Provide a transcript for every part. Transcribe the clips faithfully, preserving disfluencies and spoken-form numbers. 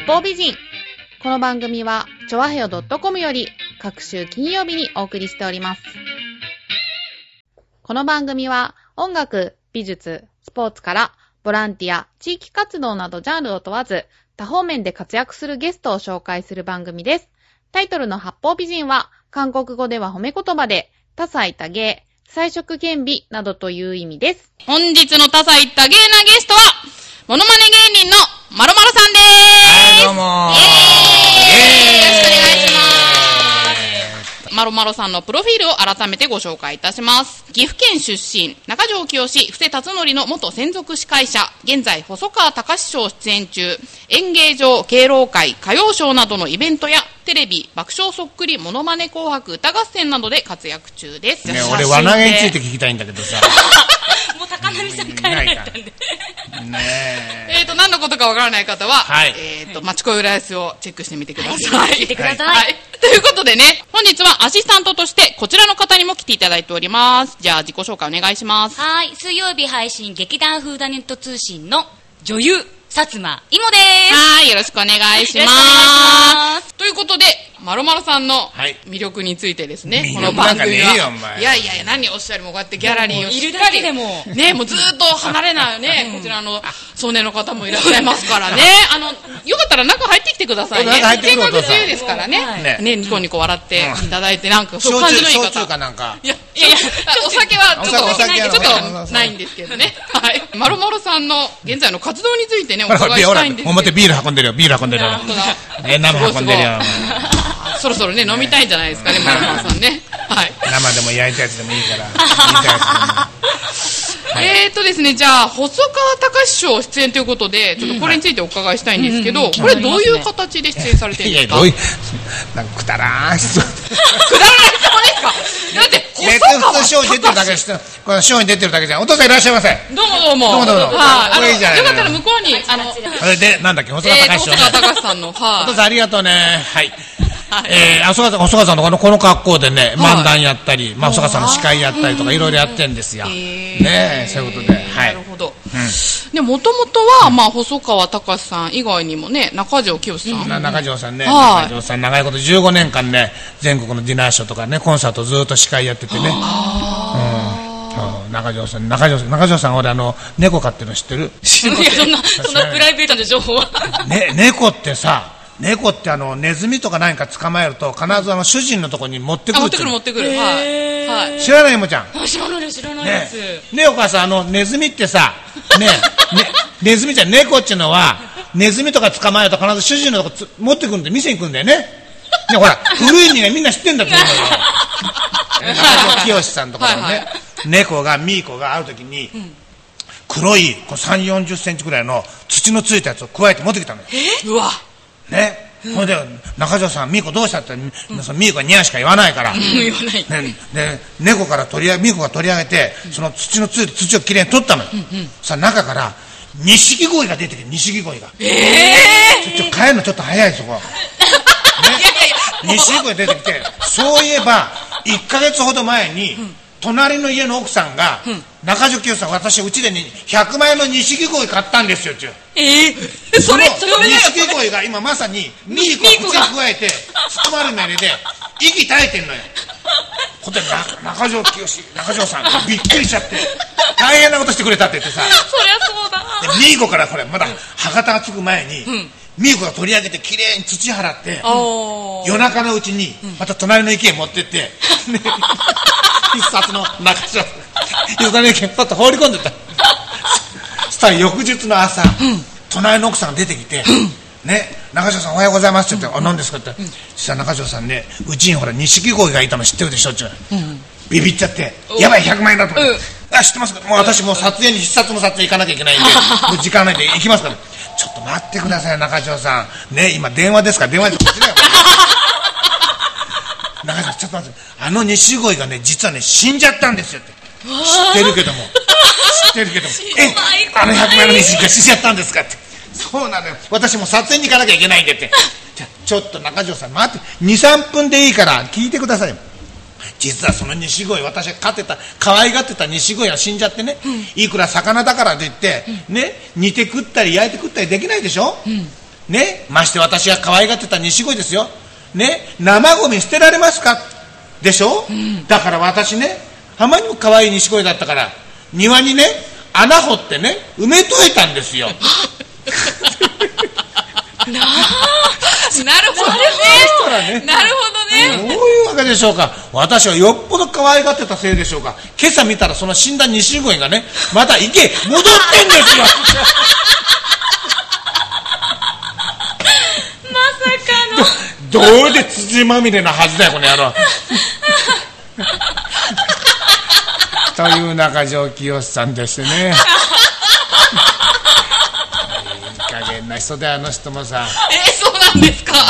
方美人。この番組はチョアヘヨ .com より各週金曜日にお送りしております。この番組は音楽、美術、スポーツからボランティア、地域活動などジャンルを問わず多方面で活躍するゲストを紹介する番組です。タイトルの八方美人は韓国語では褒め言葉で多彩多芸、彩色兼備などという意味です。 本日の多彩多芸なゲストはモノマネ芸人のまろまろさんでーす。 はい、どうもー。 イエーイ、よろしくお願いします。まろまろさんのプロフィールを改めてご紹介いたします。岐阜県出身、中条清、布施辰徳の元専属司会者、現在細川隆史賞出演中、演芸場、敬老会、歌謡ショーなどのイベントやテレビ、爆笑そっくりモノマネ紅白歌合戦などで活躍中です。 ね、俺輪投げについて聞きたいんだけどさ。 もう高波さんから入ったんで。 ねえ。えっと、何のことかわからない方は、 はい、 えっと、町子浦安をチェックしてみてください。 はい、見てください。 はい。ということでね、本日はアシスタントとしてこちらの方にも来ていただいております。じゃあ自己紹介お願いします。 はい、水曜日配信劇団フーダネット通信の女優、薩摩いもです。 はい、よろしくお願いします。 よろしくお願いします。 ということで、まろまろさんの魅力についてですね、はい、この番組は。いやいやいや、何をおっしゃるもこうやってギャラリーをしっかり。 いるだけでも。 ね、もうずっと離れないね、こちらの少年の方もいらっしゃいますからね。あの、よかったら中入ってきてくださいね。 中入ってくるお父さん。 見学自由ですからね。ね、ね、ニコニコ笑っていただいて、なんか、そう感じのいい方。 焼酎かなんか。 いや、いやいや、お酒はちょっと、ちょっとないんですけどね。はい。まろまろさんの現在の活動についてね、お伺いしたいんですけど。 表ビール運んでるよ、ビール運んでるよ。え、生運んでるよ。 そろそろね、飲みたいんじゃないですかね、まろまろさんね。はい。 生でも焼いたやつでもいいから。焼いたやつでも。 えーとですね、じゃあ、細川隆史賞出演ということで、ちょっとこれについてお伺いしたいんですけど、これどういう形で出演されてるんですか？ いや、どういう、なんかくだらん質問。 くだらない質問ですか？だって、 別に普通賞に出てるだけです。この賞に出てるだけじゃん。お父さんいらっしゃいませ。 どうもどうも。 どうもどうも。 はい。 これいいじゃない。 よかったら向こうに、あの、 それで、なんだっけ、細川隆史賞。 細川隆史さんの、はい。 お父さんありがとうね。はい。えー、細川さん、細川さんのこの、この格好でね、漫談やったり、まあ、細川さんの司会やったりとか、いろいろやってんですよ。ねえ、そういうことで。はい。 なるほど。で、もともとは、まあ、細川隆史さん以外にもね、中条清さん。 中条さんね。中条さん、長いことじゅうごねんかんね、全国のディナーショーとかね、コンサートずっと司会やっててね。中条さん、中条さん、中条さん、俺あの、猫飼ってるの知ってる？ 知ってる。そんな、そんなプライベートな情報は。 ね、猫ってさ、猫ってあのネズミとか何か捕まえると必ずあの主人のところに持ってくる。 持ってくる持ってくる。はい。 知らないもちゃん。 知らないです知らないです。 ねお母さん、あのネズミってさ、ねネズミじゃ猫っていうのはネズミとか捕まえると必ず主人のとこ持ってくるんで店に来るんだよね。ねほら古いにねみんな知ってんだと思うよ。中条清さんとかのね猫がミーコがある時に。黒いさんじゅう、よんじゅっセンチぐらいの土のついたやつを加えて持ってきたのよ。 うわ。 ね、ほいで中条さん、ミーコどうしたって、ミーコはニャーしか言わないから、 言わない。 ね、で猫から取り上げ、ミーコが取り上げて、その土のついた土をきれいに取ったのよ。さあ中から錦鯉が出てきて、錦鯉が。ええ。ちょっと帰るのちょっと早いそこ。ね、錦鯉出てきて、そういえばいっかげつほど前に。隣の家の奥さんが、うん、中条清さん、私うちでひゃくまんえんの錦鯉買ったんですよっていう。 えー、 その錦鯉が今まさにミーコを口に加えて包まれる目で息絶えてんのよ。ほんで中条清、中条さんびっくりしちゃって大変なことしてくれたって言ってさ。 そりゃそうだ。 でミーコからこれまだ歯型がつく前に、うん、ミーコが取り上げてきれいに土払って、うん、夜中のうちにまた隣の池へ持ってって、うんね必殺の中条床にパッと放り込んでた。そしたら翌日の朝、うん、隣の奥さんが出てきて、うん、ね、中条さんおはようございますって言って、うん、あ何ですかって、うん、そしたら中条さんね、うちにほら錦鯉がいたの知ってるでしょって、うん、ビビっちゃってやばいひゃくまんえんだと思って、うん、あ知ってますか、もう私もう撮影に必殺の撮影行かなきゃいけないんでもう時間ないんで行きますから、ちょっと待ってください中条さんね、今電話ですから電話でこっちだよ中条ちょっと待って、あの錦鯉がね実はね死んじゃったんですよって。知ってるけども知ってるけどもえあのひゃくまんえんの錦鯉が死んじゃったんですかって。そうなのよ、私も撮影に行かなきゃいけないんでってじゃちょっと中条さん待って にさんぷんでいいから聞いてください。実はその錦鯉、私が飼ってた可愛がってた錦鯉が死んじゃってね、うん、いくら魚だからといって、うん、ね煮て食ったり焼いて食ったりできないでしょ、うん、 ね、まして私が可愛がってた錦鯉ですよ。ね、生ゴミ捨てられますかでしょ、うん、だから私ね、あまりにも可愛い錦鯉だったから、庭にね、穴掘ってね、埋めといたんですよ。 ななるほどね。なるほどね。 どういうわけでしょうか。私はよっぽど可愛がってたせいでしょうか。今朝見たらその死んだ錦鯉がね、また池戻ってんですよ。 まさかの。どうで土まみれなはずだよこの野郎。という中条きよしさんでしてね。加減な人で、あの人もさ。 えー、そうなんですか。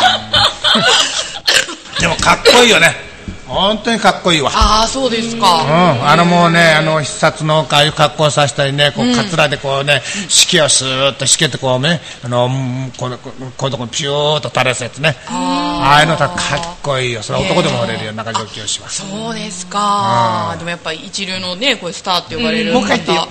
でもかっこいいよね。本当にかっこいいわ。 ああ、そうですか。 うん、あのもうね、あの必殺のああいう格好をさせたりね、こうカツラでこうね、しけをスーッとしけてこうね、あのこうこういうとこにピューッと垂らすやつね。ああいうのかっこいいよ。それは男でも折れるよ、中条きよしは。 そうですか。でもやっぱり一流のね、こういうスターって呼ばれる方。 もう一回言ってよ。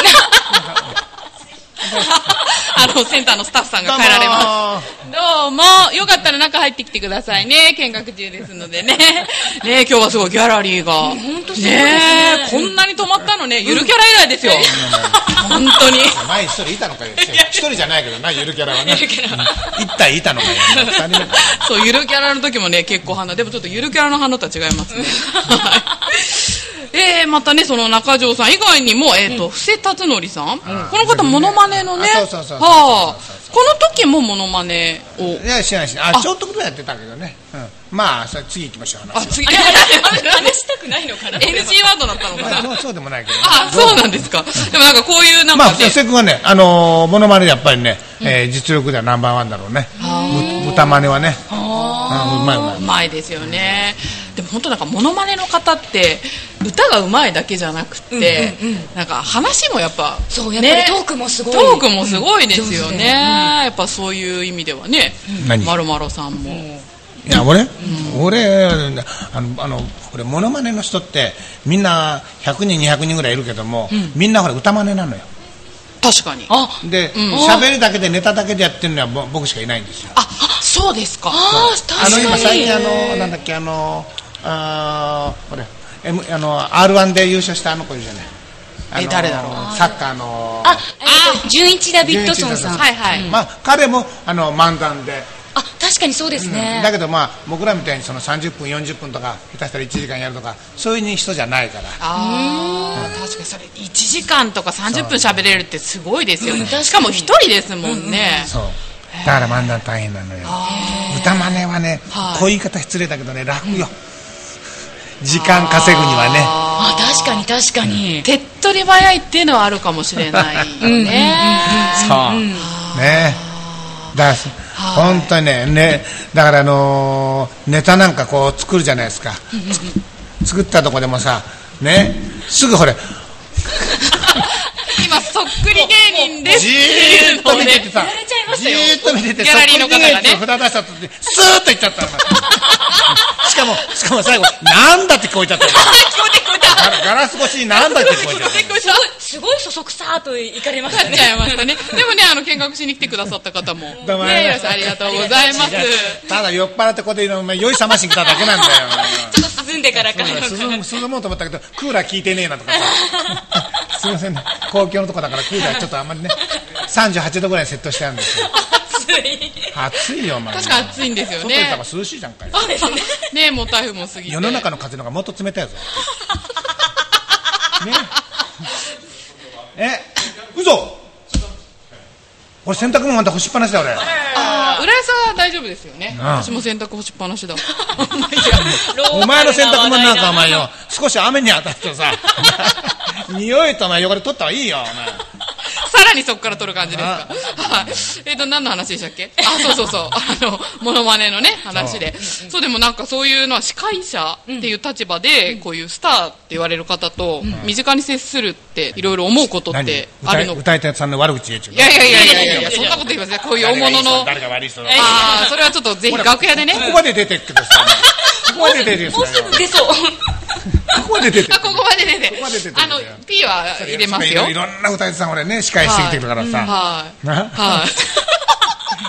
あのセンターのスタッフさんが帰られます。どうも、よかったら中入ってきてくださいね。見学中ですのでね。ね、今日はすごいギャラリーが。 本当すごいですね。 ね。 こんなに泊まったのね、ゆるキャラ以来ですよ。本当に。 前一人いたのかよ。一人じゃないけどな、ゆるキャラはね。一体いたのかよ。 そう、ゆるキャラの時もね、結構反応。でもちょっとゆるキャラの反応とは違いますね。えー、またね、その中条さん以外にも、えーと、布施辰徳さん、この方モノマネのね、 そうそうそう、 はあ、この時もモノマネを。 いや、しないしない。あ、ちょっとぐらいやってたけどね。うん、まあ、それ次行きましょう。 あ、次。 話したくないのかな。 エヌジー ワードだったのかな。 そう、そうでもないけど。 あ、そうなんですか。でもなんかこういうなんか、ね。 まあ、布施君はね、あのー、モノマネでやっぱりね、えー、実力ではナンバーワンだろうね。歌マネはね。うまいうまい。うまいですよね。でも本当なんかモノマネの方って歌がうまいだけじゃなくて、うんうんうん、なんか話もやっぱそうやっぱりトークもすごい、 トークもすごいですよね、うん、やっぱそういう意味ではね、まるまるさんも、うん、 いや俺、うん、俺あのあの俺モノマネの人ってみんなひゃくにんにひゃくにんぐらいいるけども、うん、みんなほら歌マネなのよ。 確かに。 で喋、うん、りだけでネタだけでやってるのは僕しかいないんですよ。 あ、そうですか。 あ、確かに。 あの今最近あのなんだっけあのあこれ、M、あの アールワン で優勝したあの子いるじゃない。 え、誰だろう。 サッカーの。 あ、えっと純一ダビッドソンさん。 はいはい。 まあ彼もあの漫談で。 あ、確かにそうですね。 うん、だけどまあ僕らみたいにそのさんじゅっぷんよんじゅっぷんとか下手したらいちじかんやるとかそういう人じゃないから。 ああ、うん、確かにそれいちじかんとかさんじゅっぷん喋れるってすごいですよね。しかも一人ですもんね。 うん、そう。だから漫談大変なのよ。歌真似はね、はい、こういう言い方失礼だけどね、楽よ。時間稼ぐにはね。 あ、確かに確かに。 手っ取り早いっていうのはあるかもしれないよね。 そう。ね。だ本当にね、ね、だからあのー、ネタなんかこう作るじゃないですか。作ったとこでもさ、ね、すぐほれ。 今そっくり芸人ですじーっと見ててさ、じーっと見てて、 ギャラリーの方がね、 札出したとってスーッといっちゃったの。しかもしかも最後なんだって聞こえちゃった。聞こえて聞こえた。 ガラス越しになんだって聞こえちゃった。 すごいそそくさーっと行かれましたね。 ちゃいましたね。でもね、あの見学しに来てくださった方もね、ありがとうございます。 ただ酔っ払ってこで酔い覚ましに来ただけなんだよ。 ちょっと涼んでからか。 涼もうと思ったけどクーラー効いてねえなとかさ。すいませんね、公共のとこだからクーラーちょっとあんまりね、さんじゅうはちどぐらいセットしてあるんですよ。 暑い。 暑いよ、まあ。 確かに暑いんですよね。 外行ったら涼しいじゃんかよ。 そうですね。ね、もう台風も過ぎて。 世の中の風の方がもっと冷たいぞ。ね。え、嘘。俺洗濯物また干しっぱなしだ俺。 ああ、浦安は大丈夫ですよね。私も洗濯干しっぱなしだ。 お前の洗濯物なんかお前よ、少し雨に当たるとさ、匂いとお前汚れ取った方がいいよお前。 さらにそこから取る感じですか。はい。えっと何の話でしたっけ？あ、そうそうそう。あのモノマネのね話で。そうでもなんかそういうのは司会者っていう立場でこういうスターって言われる方と身近に接するっていろいろ思うことってあるの？ 歌い手さんの悪口言えちゃう。 いやいやいやいやいや、そんなこと言いますね。こういう大物の。 誰が悪い人だ。 ああ、それはちょっとぜひ楽屋でね。 ここまで出てるけどさ。ここまで出てる。 もうすぐ出そう。 ここまで出てあ、ここまで出て。あの P は入れますよ。 いろんな歌い手さん俺ね司会してきてるからさ。 はい。はい。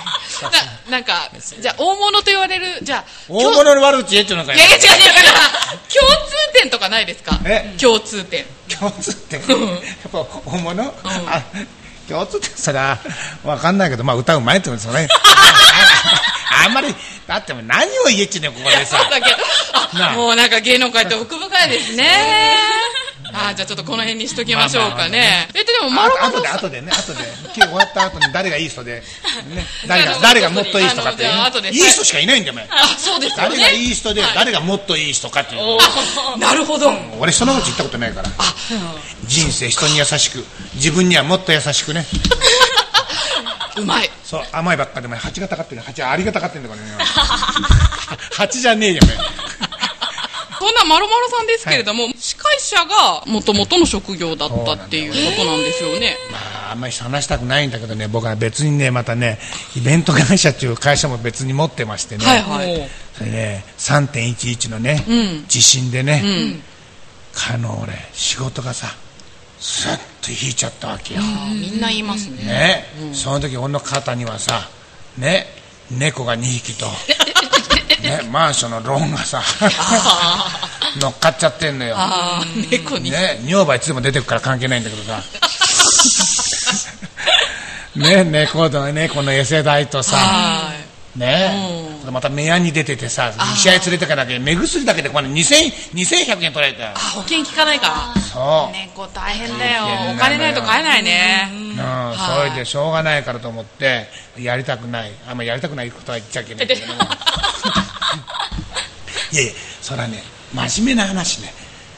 ななんかじゃあ大物と言われるじゃあ大物の悪口言えっちゅうのかいやいや違う違う共通点とかないですか？ え共通点共通点やっぱ大物、うん、あ共通点それは分かんないけどまあ歌うまいってことですよねあんまりだって何を言えっちゅうねんここでさだけどあもうなんか芸能界って奥深いですねあじゃあちょっとこの辺にしときましょうかね。えっとでもマロマロさん後で後でね後で今日終わった後に誰がいい人で、ね、誰が誰がもっといい人かって、ね、いい人しかいないんだよお前。 あそうですよね。 誰がいい人で、はい、誰がもっといい人かっていうなるほど、 うん、俺そんなこと言ったことないからあ、うん、人生人に優しく自分にはもっと優しくねうまいそう甘いばっかでも蜂がたかってる蜂はありがたかってんだからね蜂じゃねえよねそんなまろまろさんですけれども、はい、司会者がもともとの職業だったっていうことなんですよね。 まああんまり話したくないんだけどね僕は別にねまたねイベント会社っていう会社も別に持ってましてね、 はいはい、 それね さんてんいちいち のね、うん、地震でね、うん、あの俺仕事がさスッと引いちゃったわけよ。 みんな言いますね。 ね、うん、その時俺の肩にはさね猫がにひきとね、マンションのローンがさ乗っかっちゃってんのよ。 あ猫にね女房いつでも出てくから関係ないんだけどさね猫の猫の餌代とさね、うん、また目やに出ててさ医者へ連れてかなきゃ目薬だけでこれにせんひゃくえん取られたよ。 あ保険効かないからそう猫大変だよお金ないと買えないね。 うん、うん、それでしょうがないからと思ってやりたくないあんまりやりたくないことは言っちゃいけないけどもいやいやそれはね真面目な話ね、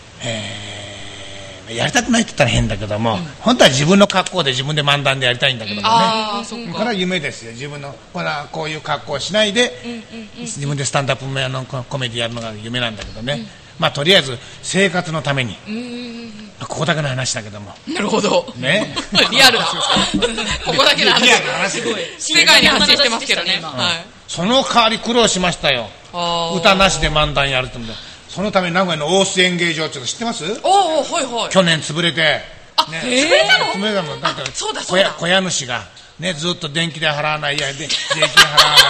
えー、やりたくないって言ったら変だけども、うん、本当は自分の格好で自分で漫談でやりたいんだけどもね、 あそっかこれは夢ですよ。自分のほらこういう格好をしないで、うんうんうん、自分でスタンダップのコメディやるのが夢なんだけどね、うん、まあとりあえず生活のために、うんうん、ここだけの話だけどもなるほどねリアルだここだけの話リアルな話すごい世界に発信してますけどね、うんはい、 その代わり苦労しましたよ。歌なしで漫談やるってんだ。そのために名古屋の大須演芸場って知ってます？ おおはいはい。 去年潰れてあ、ね、潰れたの？ 潰れたの。なんかそうだそうだ。 小屋主がねずっと電気代払わないいやで税金払わ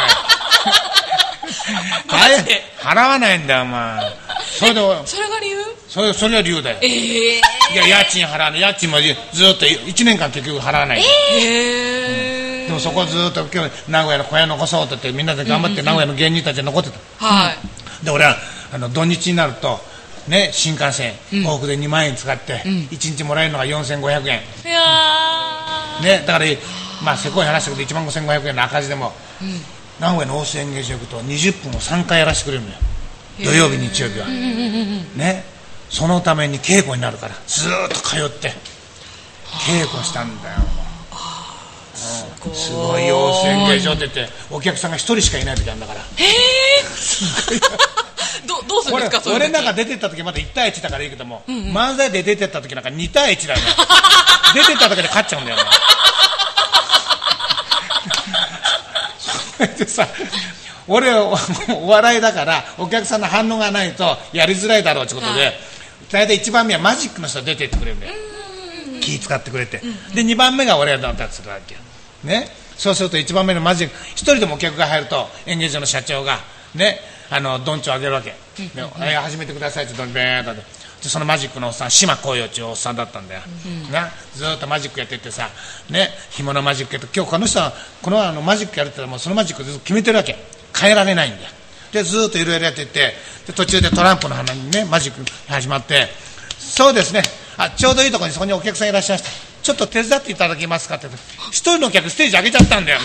ない払わないんだよお前。それでそれが理由？ それそれが理由だよ。 えー、 いや家賃払わない家賃もずっといちねんかん結局払わない。 えー。うんでもそこはずっと今日名古屋の小屋残そうとってみんなで頑張って名古屋の芸人たちが残ってた、 うんうんうん、はいで俺はあの土日になるとね新幹線、うん、往復でにまんえん使って、うん、いちにちもらえるのがよんせんごひゃくえん。 いやねだからまあせこい話だけどいちまんごせんごひゃくえんの赤字でも、うん、名古屋の大須演芸場行くとにじゅっぷんをさんかいやらせてくれるのよ土曜日日曜日は、ねそのために稽古になるからずーっと通って稽古したんだよ。すごい、すごい大須演芸場って言ってお客さんが一人しかいない時あるんだから。へえど, どうするんですかそれ。 俺なんか出てった時まだいちたいいちだからいいけども、うんうん、漫才で出てった時なんかにたいいちだよね出てっただけで勝っちゃうんだよねそれでさ俺はお笑いだからお客さんの反応がないとやりづらいだろうってことで、はい、大体いちばんめはマジックの人が出てってくれるんだよ。気使ってくれて、うんうん、でにばんめが俺がだったりするわけよ、ね、そうするといちばんめのマジック一人でもお客が入ると演芸場の社長がねあのどんちょをあげるわけ、うんうんうん、で始めてくださいってどんべーってでそのマジックのおっさん島紅葉っていうおっさんだったんだよ、うん、なずっとマジックやっててさね紐のマジックやって今日この人はこのあのマジックやるってもうそのマジックずっと決めてるわけ変えられないんだよ。でずっといろいろやっててで途中でトランプの花にねマジック始まってそうですねあちょうどいいところにそこにお客さんいらっしゃいましたちょっと手伝っていただけますかって一人のお客ステージ上げちゃったんだよ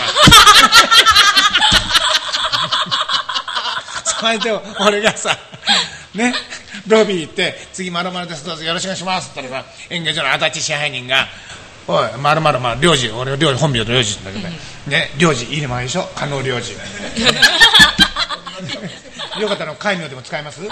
それで俺がさねロビー行って次まるまるですどうぞよろしくお願いしますって言ったら演芸場の足立支配人がおいまるまるまあ領事俺領事本名と領事って言うんだけど、うん、ね領事いいのもあるでしょ加納領事よかったら戒名でも使いますね、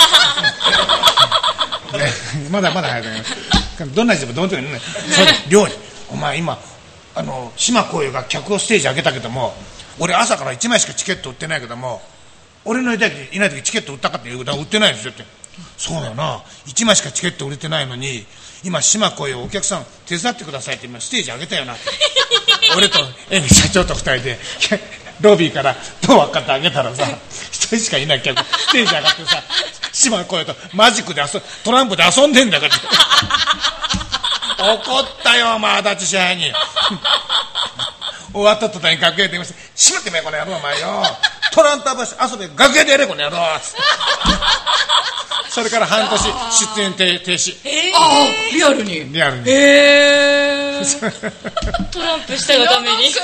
まだまだ早くなりますどんな人でもどんな人でもねそれで領事お前今あの島紅葉が客をステージ上げたけども俺朝からいちまいしかチケット売ってないけども俺のいない時いない時チケット売ったかって言うから売ってないですよってそうだよないちまいしかチケット売れてないのに今島紅葉お客さん手伝ってくださいって今ステージ上げたよなって俺と社長とふたりでロビーからドア買ってあげたらさ、一人しかいない客ステージ上がってさ、島こうとマジックで遊トランプで遊んでんだから怒ったよ、まあ足立支配人終わった途端に楽屋で電話して「しまってめえこの野郎お前よ、トランプ遊べ楽屋でやれこの野郎」それから半年出演停止。 えー、ああリアルにリアルにえー、トランプしたがために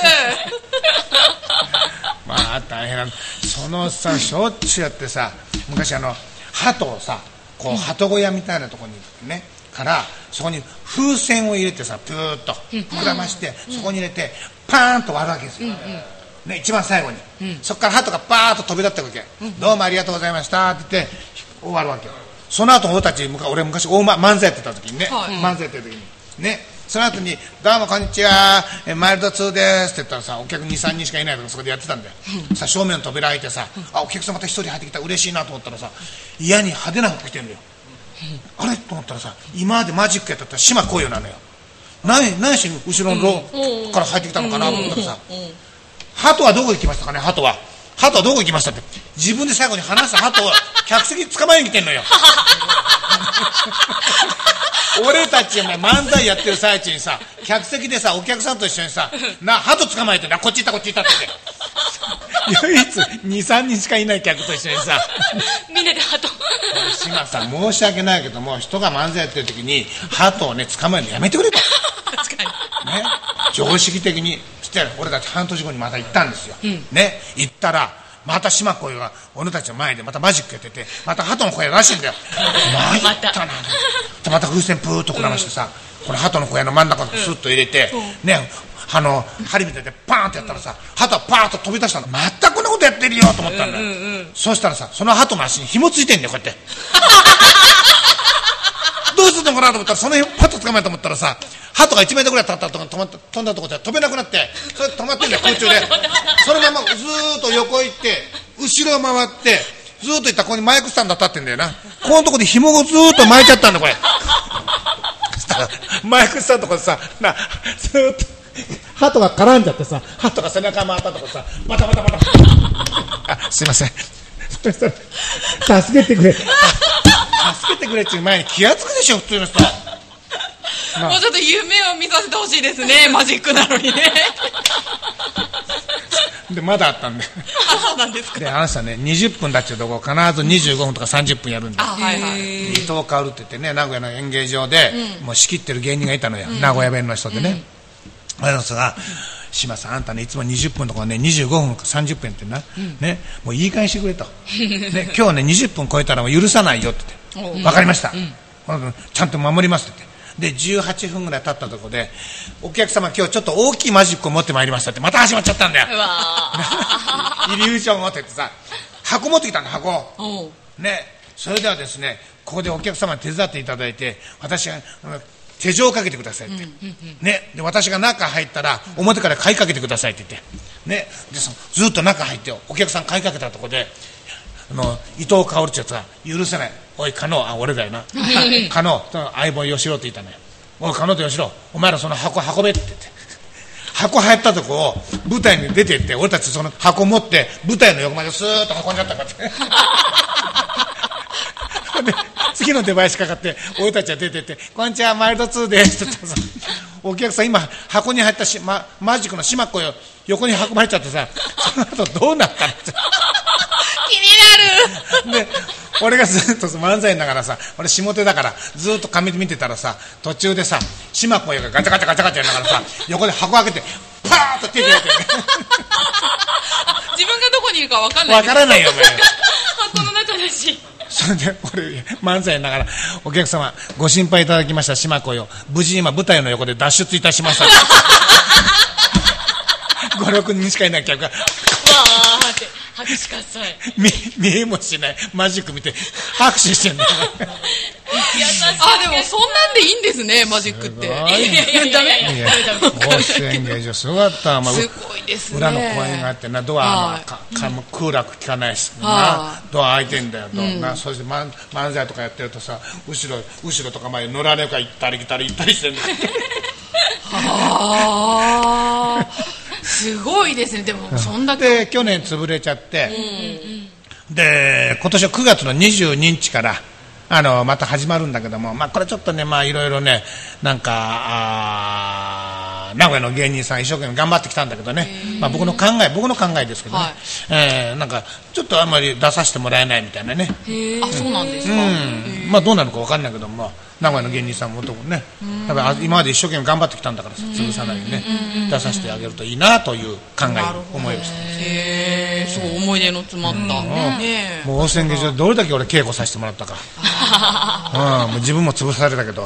まあ大変なの。そのさしょっちゅうやってさ、昔あの鳩をさこう鳩小屋みたいなところにねからそこに風船を入れてさプーッと膨らまして、そこに入れてパーンと割るわけですよ、ね、一番最後に、そこから鳩がバーッと飛び立ってるわけ、どうもありがとうございましたって言って終わるわけよ。その後俺たち俺昔大、ま、漫才やってた時にね、はい、漫才やってた時にね、その後に「どうもこんにちはマイルドツーです」って言ったらさ、お客にさんにんしかいないとかそこでやってたんだよ、うん、さ正面の扉開いてさ、うん、あお客さんまた一人入ってきた嬉しいなと思ったらさ、嫌に派手な服着てるのよ、うん、あれと思ったらさ、今までマジックやったら島紅葉なのよ。何何しに後ろのローから入ってきたのかなと思ったらさ、鳩はどこ行きましたかね、鳩は鳩はどこ行きましたって自分で最後に話した鳩を客席に捕まえに来てんのよ俺たち漫才やってる最中にさ、客席でさお客さんと一緒にさな鳩捕まえてな、こっち行ったこっち行ったって唯一にさんにんしかいない客と一緒にさみんなで鳩島さん申し訳ないけども、人が漫才やってる時に鳩をね捕まえるのやめてくれと確かにね、常識的に。そして俺たち半年後にまた行ったんですよ、うん、ね、行ったらまた島子が俺たちの前でまたマジックやってて、また鳩の小屋らしいんだよ参ったなと、また風船プーッと膨らましてさ、うん、この鳩の小屋の真ん中にスッと入れて、うん、ね、あの針みたいでパーンってやったらさ、鳩はパーンと飛び出したの。またこんなことやってるよと思ったんだよ、うんうんうん、そうしたらさ、その鳩の足に紐ついてんだよこうやってどうするのかなと思ったら、その鳩捕まえたと思ったらさ、鳩がいちメートルぐらい立ったとこ飛んだところで飛べなくなって、それ止まってんだよ空中でそのままずーっと横行って後ろ回ってずーっと行ったらここにマイクスタンド立ってんだよな。このとこで紐をずーっと巻いちゃったんだこれそしたらマイクスタンドとこでさな、ずーっと鳩が絡んじゃってさ、鳩が背中回ったとこさ、バタバタバタあ、すいませんそしたら助けてくれ助けてくれっていう前に気がつくでしょ普通の人もうちょっと夢を見させてほしいですねマジックなのにねでまだあったんであなんですか。 であの人はねにじゅっぷんだっちゅうとこ必ずにじゅうごふんとかさんじゅっぷんやるんで、 あ、はいはい、 伊藤薫って言ってね、名古屋の演芸場で、うん、もう仕切ってる芸人がいたのよ、うん、名古屋弁の人でね、うん、あの人が島さんあんたねいつもにじゅっぷんとかねにじゅうごふんかさんじゅっぷんやってんな、うん、ね、もういい加減してくれとね、今日ねにじゅっぷん超えたらもう許さないよって言って、分かりました、うん、ちゃんと守りますって言って、でじゅうはっぷんぐらい経ったところで、お客様今日ちょっと大きいマジックを持ってまいりましたってまた始まっちゃったんだよイリュージョンをって言ってさ、箱持ってきたんだ箱ね。それではですね、ここでお客様に手伝っていただいて、私が手錠をかけてくださいって、うんうんうん、ね、で私が中入ったら表から買いかけてくださいって言って、ね、でそのずっと中入ってお客さん買いかけたところで、あの伊藤薫ってやつが許せない、おい加納、あ俺だよな加納相棒吉郎って言ったのよ、おい加納と吉郎お前らその箱運べって言って、箱入ったとこを舞台に出てって、俺たちその箱持って舞台の横までスーッと運んじゃったかってで次の出囃子かかって俺たちは出てって「こんにちはマイルドツーです」って言ったらさ、お客さん今箱に入ったし、ま、マジックの島っ子よ横に運ばれちゃってさ、その後どうなったのって気になるで俺がずっと漫才ながらさ、俺下手だからずっと紙見てたらさ、途中でさ島っ子よがガチャガチャガチャガチャやりながらさ横で箱開けてパーッと手でやって、ね、 自分がどこにいるか分かんない分からないよね箱の中だし。 それで俺漫才ながらお客様ご心配いただきました島子よ、無事今舞台の横で脱出いたしましたごろくにんしかいない客がわーって拍手喝采、 見見えもしないマジック見て拍手してんだよあ、でもそんなんでいいんですねマジックって。ダメ大須演芸場すごかった、まあ、 すごいですね。 裏の公園があってな、ドアかか空楽効かないしな、ドア開いてんだよ、うん、なそして漫才とかやってるとさ、後ろ後ろとか前に乗られるから行ったり来たり行ったりしてるんだはあすすごいですね。でもそんだけで去年潰れちゃって、うん、で今年はくがつのにじゅうににちからあのまた始まるんだけども、まあ、これちょっとね、まあ、いろいろね、なんかあ名古屋の芸人さん一生懸命頑張ってきたんだけどね、まあ、僕の考え僕の考えですけどね、はい、えー、なんかちょっとあんまり出させてもらえないみたいなね。 へあ、そうなんですか。 うん、まあ、どうなるか分かんないけども、名古屋の芸人さんも男ね、やっぱ今まで一生懸命頑張ってきたんだからさ、潰さないでね、出させてあげるといいなという考え思いをしてます。 へー、そう思い出の詰まった、うんね、 もう温泉劇場でどれだけ俺稽古させてもらったかうん、もう自分も潰されたけど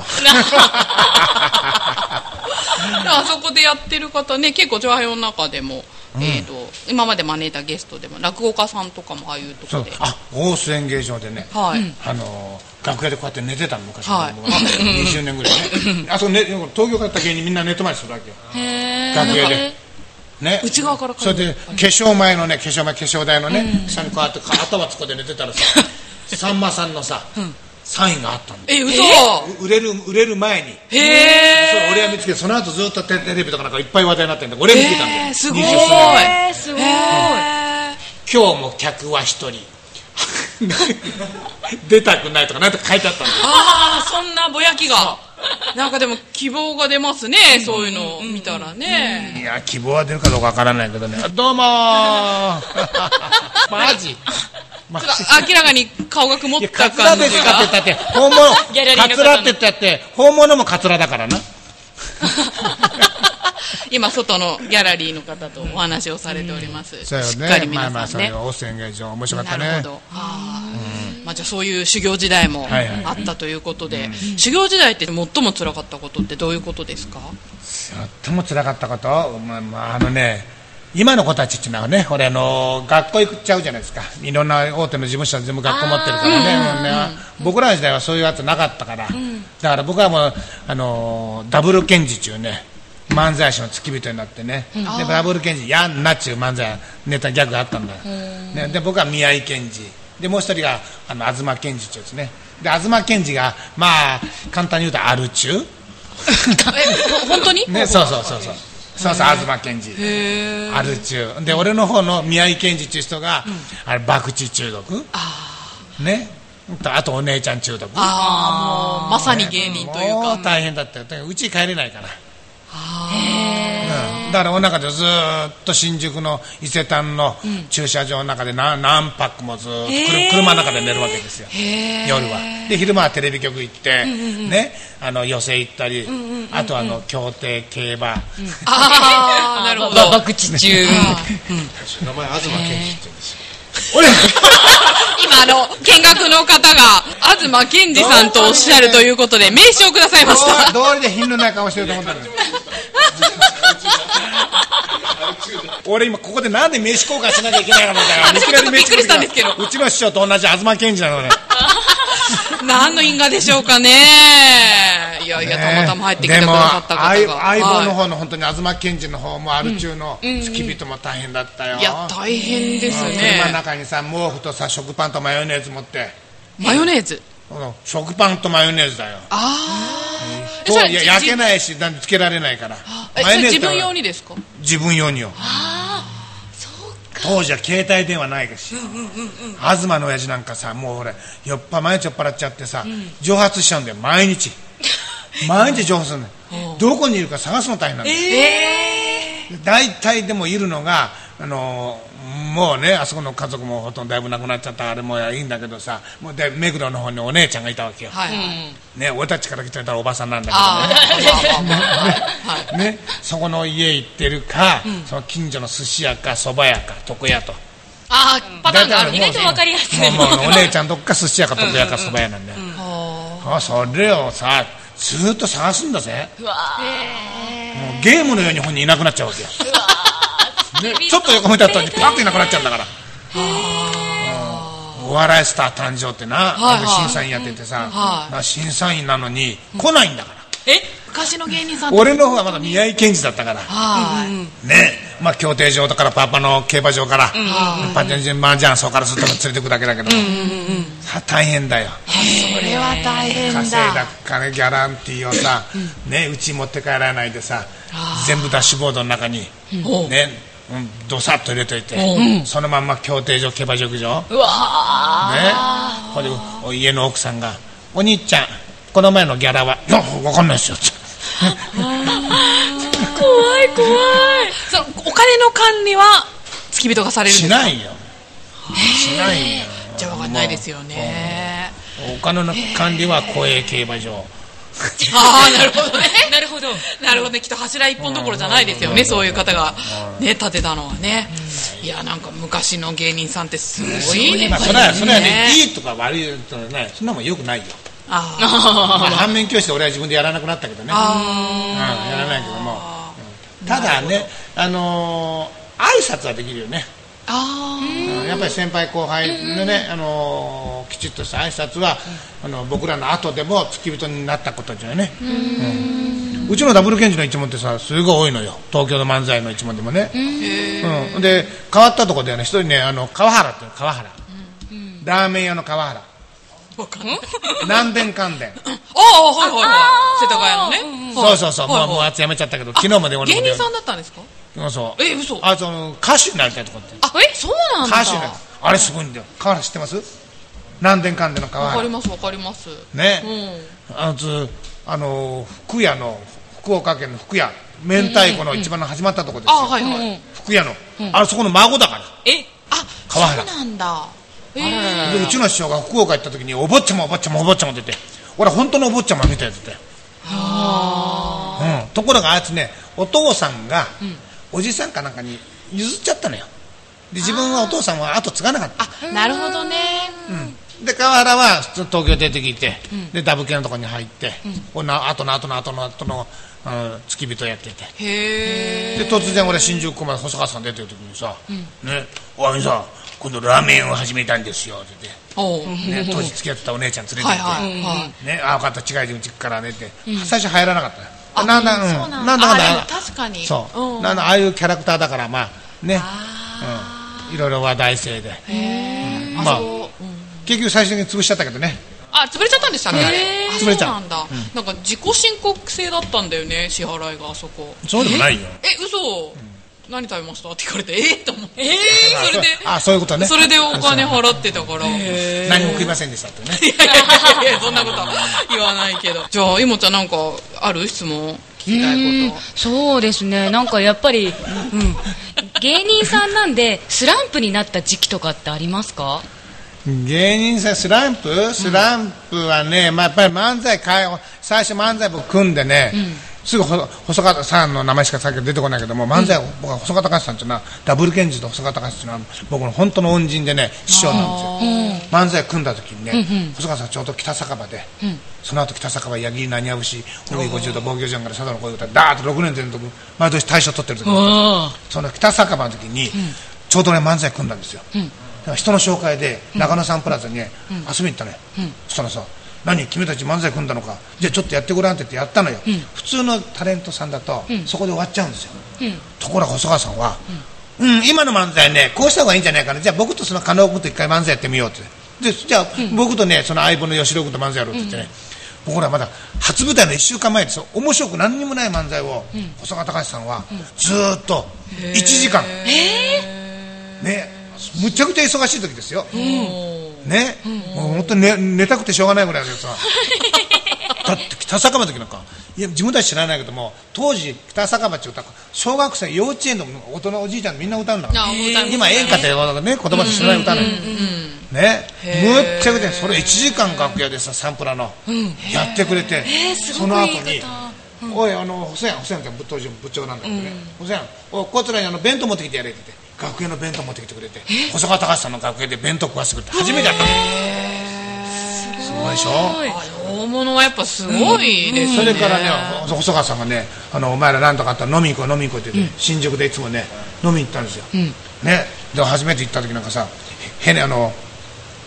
あそこでやってる方ね、結構チョアヘヨの中でも、うん、えー、と今まで招いたゲストでも落語家さんとかもああいうところで、 あ、大須演芸場でね、はい、あの楽屋でこうやって寝てたの昔、はい、にじゅうねんぐらいねあそこ、ね、東京から来た芸人みんな寝泊まりするわけよ、へ楽屋でね、 内側からそれで化粧前のね、化粧前化粧台のね、下にこうやって頭つこで寝てたらささんまさんのさ、うん、サインがあったんだ。 え、嘘。 売れる売れる前に。 へえ。 それ俺は見つけて、その後ずっとテレビとかなんかいっぱい話題になってるんだ。俺見てたんだよ。 すごい。すごい。 今日も客は一人出たくないとかなんとか書いてあったんだよ。 ああ、そんなぼやきが。なんかでも希望が出ますね、うん、そういうのを見たらね、 うんうん、いや希望は出るかどうかわからないけどね。どうもーマジ明らかに顔が曇った感じが。 カツラで使ってたって本物カツラって言ったって本物もカツラだからな今外のギャラリーの方とお話をされております、うん、 そうよね、 しっかり皆さんね、まあまあそういう大須演芸場面白かったね。 なるほど、はあ、うん、まあ、じゃあそういう修行時代もあったということで、はいはいはい、修行時代って最も辛かったことってどういうことですか？ 最も辛かったこと、まあまあ、あのね今の子たちっていうのはね、俺あの学校行っちゃうじゃないですか。いろんな大手の事務所全部学校持ってるからね、うんうんうん、僕らの時代はそういうやつなかったから、うん、だから僕はもうあのダブル検事中ね、漫才師の付き人になってね、うん、でダブル検事やんなっちゅう漫才ネタギャグがあったんだよ、ね、で僕は宮井検事で、もう一人があの東検事中ですね。で東検事がまあ簡単に言うとアル中え本当にね、そうそうそうそうそうそう、東検事アル中で、俺の方の宮井検事っていう人が、うん、あれ博打中毒ね、あとお姉ちゃん中毒、 あもうまさに芸人というか、 もう大変だったよ。うち帰れないから、へ、うん、だからお中でずっと新宿の伊勢丹の駐車場の中で 何, 何泊もずっと車の中で寝るわけですよ、夜は。で昼間はテレビ局行って、うんうんうん、ね、あの寄席行ったり、うんうんうんうん、あとあの競艇競馬、うん、 ああなるほど、博打中、名前東検事って言うんですよ今あの見学の方が東健二さんとおっしゃるということで名刺をくださいました。 道理で品のない顔してると思ったんです俺今ここでなんで名刺交換しなきゃいけないのかよ。 私もちょっとびっくりしたんですけど、 うちの師匠と同じ東健二なのね何の因果でしょうかね。いやいや、たまたま入ってきてくださった方が、 でも相棒の方の本当に東健二の方もアル中の付き人も大変だったよ、うんうんうん、 いや大変ですね。 車の中にさ毛布とさ食パンとマヨネーズ持って。 マヨネーズ、 うん、食パンとマヨネーズだよ。 ああ、うん、いや焼けないしつけられないから。 マヨネーズ自分用にですか？ 自分用によ。 ああ当時は携帯電話ないし、うんうんうんうん、東の親父なんかさ、もう俺酔っぱ毎日酔っ払っちゃってさ、うん、蒸発しちゃうんだよ。毎日毎日蒸発するんだよどこにいるか探すの大変なんだよ、えー、大体でもいるのがあのもうね、あそこの家族もほとんどだいぶ亡くなっちゃったあれもいいんだけどさ、もうで目黒の方にお姉ちゃんがいたわけよ、はいはい、ね、俺たちから来てたらおばさんなんだけど ね, ね, ねそこの家行ってるか、うん、その近所の寿司屋か蕎麦屋か床屋と、 ああパターンがある。意外と分かりやすい。 もうもうお姉ちゃんどっか寿司屋か床屋か蕎麦屋なんだよ、うんうん、あそれをさずっと探すんだぜ。うわもうゲームのように本人いなくなっちゃうわけよね、ちょっと横向いた後にパッといなくなっちゃうんだから。お笑いスター誕生ってな、はいはい、審査員やっててさ、はい、審査員なのに来ないんだから、 え昔の芸人さんって俺の方はまだ宮城県知だったからはいね、まあ競艇場だからパパの競馬場からパチンジンマージャンそこからすっと連れてくだけだけど、さ大変だよ。 それは大変だ。 稼いだ金ギャランティーをさ、ね、うち持って帰らないでさ、全部ダッシュボードの中にね、うん、どさっと入れといて、そのまんま競艇場競馬場場、 うわね、これで家の奥さんがお兄ちゃんこの前のギャラは「いや分かんないですよ」 怖い怖い。 そのお金の管理は付き人がされるんですか？ しないよしないよ。 じゃあ分かんないですよね。 お金の管理は公営競馬場。 ああなるほどねなるほどなるほどね。きっと柱一本どころじゃないですよね、そういう方がね建てたのはね。いやなんか昔の芸人さんってすごいね。 まあそれはそれはね、いいとか悪いとかね、そんなもんよくないよ。 あまあ反面教師で俺は自分でやらなくなったけどね、うん、やらないけども、ただね、あのー、挨拶はできるよね。 あうん、やっぱり先輩後輩のね、あのー、きちっとした挨拶は、あの僕らの後でも付き人になったことじゃね。うん、うちのダブルケンジの一門ってさすごい多いのよ、東京の漫才の一門でもね。うん、で変わったところではね、一人ね、あの川原っていう川原、うん、ラーメン屋の川原、南電関電。 ああはいはいはい世田谷のね。 そうそうそう、もうもうあいつやめちゃったけど、昨日まで俺芸人さんだったんですか？ そう。 え嘘。 あその歌手になりたいとこって。 あえそうなんだ。 歌手になる。あれすごいんだよ。川原知ってます？南電関電の川原。 わかりますわかります。 ね。あのつあの福屋の福岡県の福屋明太子の一番の始まったとこですよ。 あはいはい。 福屋のあそこの孫だから。 えあ川原。 そうなんだ。 でうちの師匠が福岡行った時にお坊ちゃまお坊ちゃまお坊ちゃま出て、俺は本当のお坊ちゃまみたいだったよ。うん、ところがあいつね、お父さんがおじさんかなんかに譲っちゃったのよ。で自分はお父さんは後継がなかった。 あなるほどね。 うん、で川原は東京出てきて、うん、でダブ系のところに入って、うん、この後の後の後の後のあの付き人やってて、 へで突然俺新宿区まで細川さん出てる時にさ、うん、ね、おいさ今度ラーメンを始めたんですよって言って、ね、当時付き合ってたお姉ちゃん連れてきて、はいはいはい、ね、あ分かった近いうちからねって、うん、最初入らなかったよ。なんだ、うん、なんだなんだ確かにそう、うん、なんだああいうキャラクターだからまあね、あ、うん、いろいろ話題性で、へ、うん、まあ、うん、結局最終的に潰しちゃったけどね。 あ潰れちゃったんでしたっけ、あれ。 潰れちゃう。 そうなんだ、うん、なんか自己申告制だったんだよね支払いがあそこ。 そうでもないよ。 え嘘、うん、何食べましたって聞かれてえー、と思ってえー、それであそういうことね。 それでお金払ってたから何も食いませんでしたってね。 いやいやいやそんなこと言わないけど。じゃあいもちゃんなんかある質問聞きたいこと。 そうですね、なんかやっぱり、うん、芸人さんなんでスランプになった時期とかってありますか？ 芸人さんスランプスランプはね、まあ、やっぱり漫才最初漫才僕組んでね、うん、すぐ細川さんの名前しかさっき出てこないけども、漫才、うん、僕は細川隆さんっていうのはダブルケンジと細川隆っていうのは僕の本当の恩人でね師匠なんですよ。漫才組んだ時にね、うんうん、細川さんちょうど北酒場で、うん、その後北酒場矢切何や節大井ごじゅう度防御ジャンから佐渡の声歌ダーッとろくねん連続毎年大賞取ってる時に、その北酒場の時に、うん、ちょうどね漫才組んだんですよ。うん、人の紹介で中野サンプラザに、ね、うん、遊びに行ったのよ。うん、そしたらさ、何君たち漫才組んだのか、じゃあちょっとやってごらんって言ってやったのよ。うん、普通のタレントさんだと、うん、そこで終わっちゃうんですよ。うん、ところが細川さんは、うん、うん、今の漫才ねこうした方がいいんじゃないかな、じゃあ僕とその加納君と一回漫才やってみようって。でじゃあ、うん、僕とねその相棒の吉郎君と漫才やろうって言ってね、うん、僕らまだ初舞台のいっしゅうかんまえですよ。面白く何にもない漫才を、うん、細川隆さんは、うん、ずーっといちじかん、えー、ね、むちゃくちゃ忙しい時ですよ、うん、ね、うん、もう本当に 寝, 寝たくてしょうがないぐらいでさだって北酒場の時なんか、いや自分たち知らないけども当時北酒場って歌小学生幼稚園の大人おじいちゃんみんな歌うんだから、今演歌って、ね、言葉で知らない歌なのよ、ね、むっちゃくちゃそれいちじかん楽屋でさサンプラの、うん、やってくれて、その後にうん、おいあの細谷細谷って当時部長なんだけどね、うん、細谷おいこいつらにあの弁当持ってきてやれって言って楽屋の弁当持ってきてくれて、細川隆さんの楽屋で弁当食わせてくれて初めてやったの。すごいでしょ。 大物はやっぱすごいですね、うん、 それからね細川さんがねあのお前ら何とかあったら飲みに行こう飲みに行こうって言って、うん、新宿でいつもね飲みに行ったんですよ、うん、ね、で初めて行った時なんかさへねあの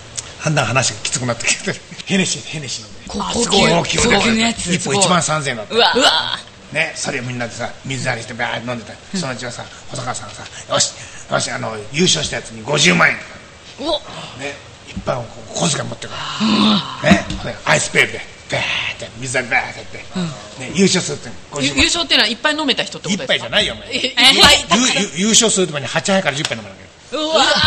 だんだん話がきつくなってきてヘネシーヘネシー飲んで高級高級高級のやついっぽんいちまんさんぜんえんだった。 うわね、それをみんなでさ水割りしてバーッと飲んでた、うん、そのうちはさ細川さんがさよしよしあの優勝したやつにごじゅうまんえんとかおねいっぱい小遣い持ってるからねアイスペールでバーって水割りバーってやって、うんね、優勝するってごじゅうまん優勝っていうのはいっぱい飲めた人ってことですか。 いっぱいじゃないよお前いっぱい優勝するときにはちはいからじゅっぱい飲むわけ。 うわーきついきついきつい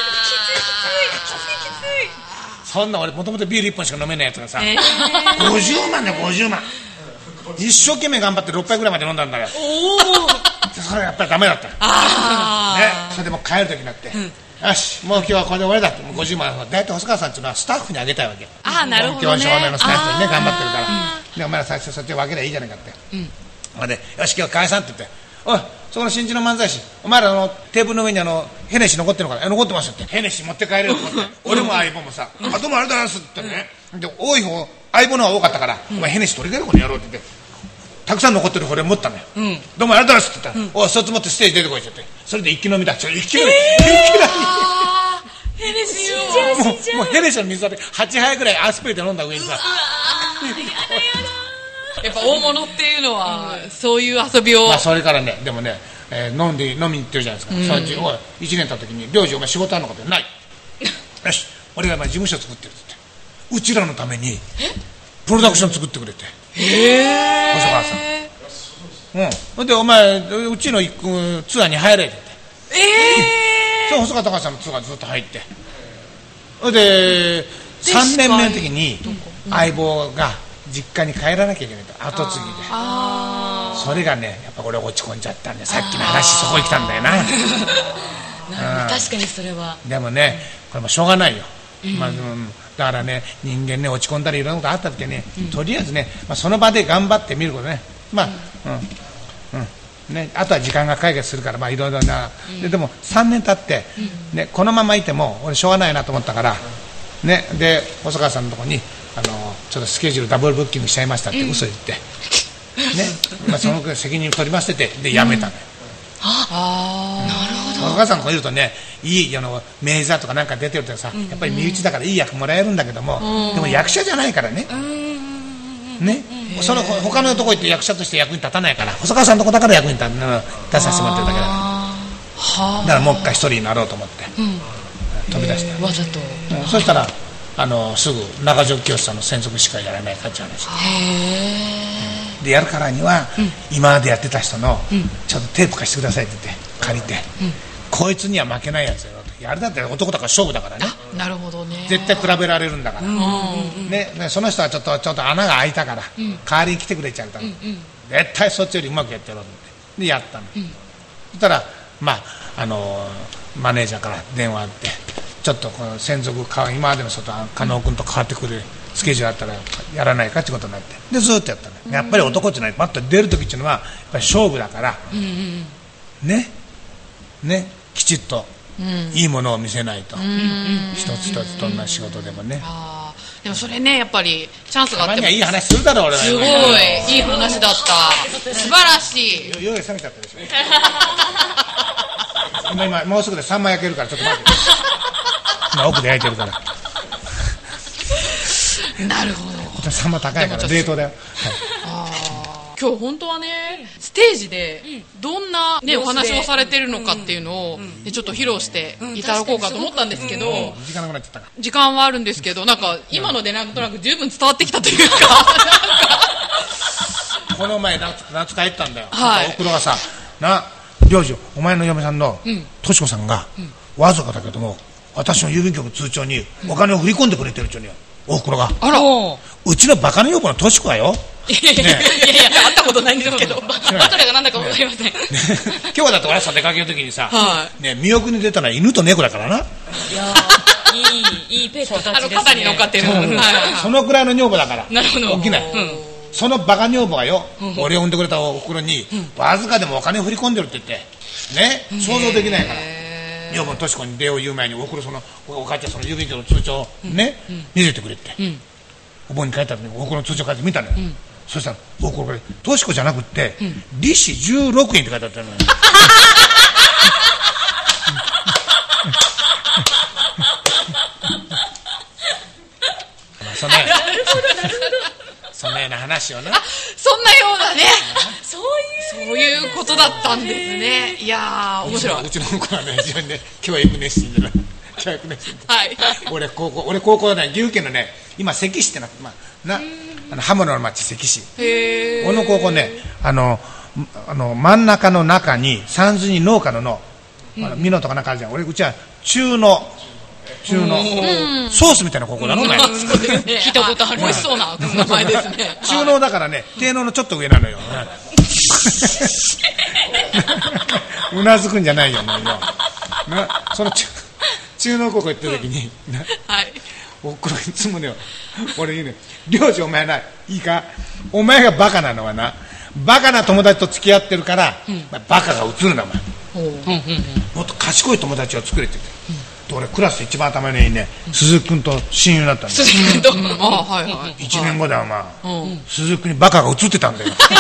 きつい。 そんな俺もともとビールいっぽんしか飲めないやつがさ、 えー、 ごじゅうまんでごじゅうまん一生懸命頑張ってろっぱいぐらいまで飲んだんだよ。それやっぱりダメだったあ、 ね、それでもう帰る時になって、うん、よしもう今日はこれで終わりだってもうごじゅうまん大体細川さんっていうのはスタッフにあげたいわけ。 ああなるほどね。 今日照明のスタッフにね頑張ってるから、うん、でお前ら最初そっち分けりゃいいじゃないかって、うん、でよし今日解散って言っておいそこの新人の漫才師お前らのテーブルの上にあのヘネシー残ってるのかな残ってますってヘネシー持って帰れると思って俺も相棒もさあどうもありがとうございますってね、うん、で多い方相棒の方が多かったから、うん、お前ヘネシー取り替えるこの野郎って言ってたくさん残ってる方で持ったのよ、うん、どうもありがとうございますって言ったら、うん、おいそっち持ってステージ出てこいって言ってそれで一気飲みだちょ一気飲み、えー、一気飲みヘネシーをもう、もうヘネシーの水割りはちはいぐらいアスプレーで飲んだ上にさやっぱ大物っていうのは、うん、そういう遊びを、 まあ、それからねでもね、えー、飲んで飲みに行ってるじゃないですか、うん、さんじゅうおいいちねん経った時に領事お前仕事あるのかってないよし俺が今事務所作ってるって言ってうちらのためにプロダクション作ってくれてへえ細川さんうんでお前うちの行くツアーに入れって言ってええそう細川隆さんのツアーずっと入ってそれでさんねんめの時に相棒が実家に帰らなきゃいけないと後継ぎでそれがねやっぱ俺落ち込んじゃったんでさっきの話そこに来たんだよな確かにそれはでもねこれもしょうがないよ、うんまあうん、だからね人間ね落ち込んだりいろんなことあったってね、うん、とりあえずね、まあ、その場で頑張ってみることねまあうん、うんうんね、あとは時間が解決するからまあいろいろな、うん、で, でもさんねん経って、うんね、このままいても俺しょうがないなと思ったからねで細川さんのところにあのちょっとスケジュールダブルブッキングしちゃいましたって嘘言って、うんねまあ、その責任取りましててで辞めたのよ、うん、 あなるほど細川さんここいるとねいいあの明治座とかなんか出てるとさ、うん、やっぱり身内だからいい役もらえるんだけども、うん、でも役者じゃないからね、うん、ねその他のとこ行って役者として役に立たないから細川さんのとこだから役に立たさせてもらってるだけだからだからもう一回一人になろうと思って、うん、飛び出したわざと、 うん、そしたらあのすぐ中条清さんの専属司会やらないかって話へ、うん、でやるからには、うん、今までやってた人の、うん、ちょっとテープ貸してくださいって言って借りて、うん、こいつには負けないやつよやるだって男だから勝負だからねなるほどね絶対比べられるんだから、うんね、その人はちょっとちょっと穴が開いたから、うん、代わりに来てくれちゃうから、うんうん、絶対そっちよりうまくやってやろうと思ってでやったの、うん、そしたらまああのー、マネージャーから電話あってちょっとこの専属今までの人と加納君と変わってくるスケジュールあったらやらないかってことになってでずっとやったの、うん、やっぱり男っていうのはバッと出る時っていうのはやっぱり勝負だから、うんうん、ねねきちっとうん、いいものを見せないと、うん、一つ一つどんな仕事でもね、 あでもそれねやっぱりチャンスがあってもたまにはいい話するだろう俺はすごいいい話だった素晴らしいよい冷めちゃったでしょ今, 今もうすぐでさんまい焼けるからちょっと待って今奥で焼いてるからなるほどさんま高いから冷凍だよ、はい今日本当はねステージでどんな、ね、お話をされてるのかっていうのを、うんうん、ちょっと披露していただこうかと思ったんですけど、うんうん、 時間なくなっちゃったか時間はあるんですけどなんか今のでなんとなく十分伝わってきたというかこの前夏, 夏帰ったんだよ、 はい、 おふくろがさな領事お前の嫁さんのとし子さんが、うん、わざかだけども私の郵便局通帳にお金を振り込んでくれてるっちゅうのよおふくろがあらうちのバカの女房のとし子はよいやいやいやいや会ったことないんですけどバカだかなんだか分かりません、ね、 今日だって俺さ出かけるときにさ、 はいね、見送りに出たのは犬と猫だからないやいいいいペースたちですね肩に乗っかってる、はいはい、 そのくらいの女房だからなるほど起きない、うん、そのバカ女房がよ、うん、俺を産んでくれたおふくろに、うん、わずかでもお金を振り込んでるって言ってね想像できないから女房のとし子に礼を言う前におふくろそのお母ちゃんその郵便局の通帳をね、うん、見せてくれって、うん、お盆に帰った時におふくろの通帳書いて見たのよ、うん、そしたらおふくろがとし子じゃなくって、うん、利子じゅうろくえんって書いてあったのよそのようなそのような話をね。 あ、そんなようなね。 そういうそういうことだったんですね。いやー、面白い。 うちの子はね、非常にね、教育熱心でね、教育熱心で。 はい。 俺高校、俺高校はね、岐阜県のね、今関市ってなって、まあ、な、あの刃物の町関市。 へー。 俺の高校ね、あの、あの真ん中の中に三途に農家の農、うん、美濃とかなんかあるじゃん。俺うちは中の中のソースみたいな高校だろ、お前。 聞いたことある。美味しそうな名前ですね。 中農だからね、低農のちょっと上なのよ。うなずくんじゃないよ、もうよ。な、その中中農高校行った時に、な、はい。おふくろいつもね、俺言うね、領事お前な、いいか、お前がバカなのはな、バカな友達と付き合ってるから、うん、バカが映るな、お前。もっと賢い友達を作れてて。うん、俺クラスで一番頭のいいね、うん、鈴木君と親友だったんだよ。 鈴木君と、うん、あ、はいはい。 一年後だよ、まあ、うん、鈴木君にバカが映ってたんだよ。 かわい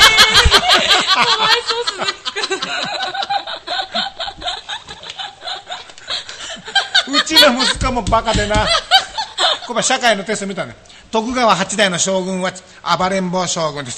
そう鈴木君。うちの息子もバカでな。これ社会のテスト見たね。徳川八代の将軍は暴れん坊将軍です。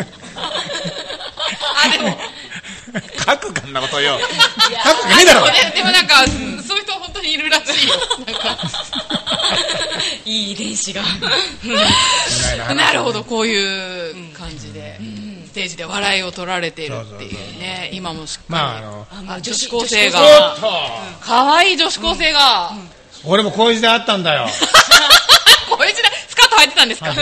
あ、でも書くかんなことよ。書くかねえだろ。 でもなんかそういう人本当にいるらしいよ。なんかいい遺伝子が。 なるほど、こういう感じで、うん、ステージで笑いを取られているっていうね。今もしっかり、まあ、あのあ女子高生が可愛い女子高生が、うんうん、 俺もこういう時代あったんだよ。 こういう時代スカート履いてたんですか。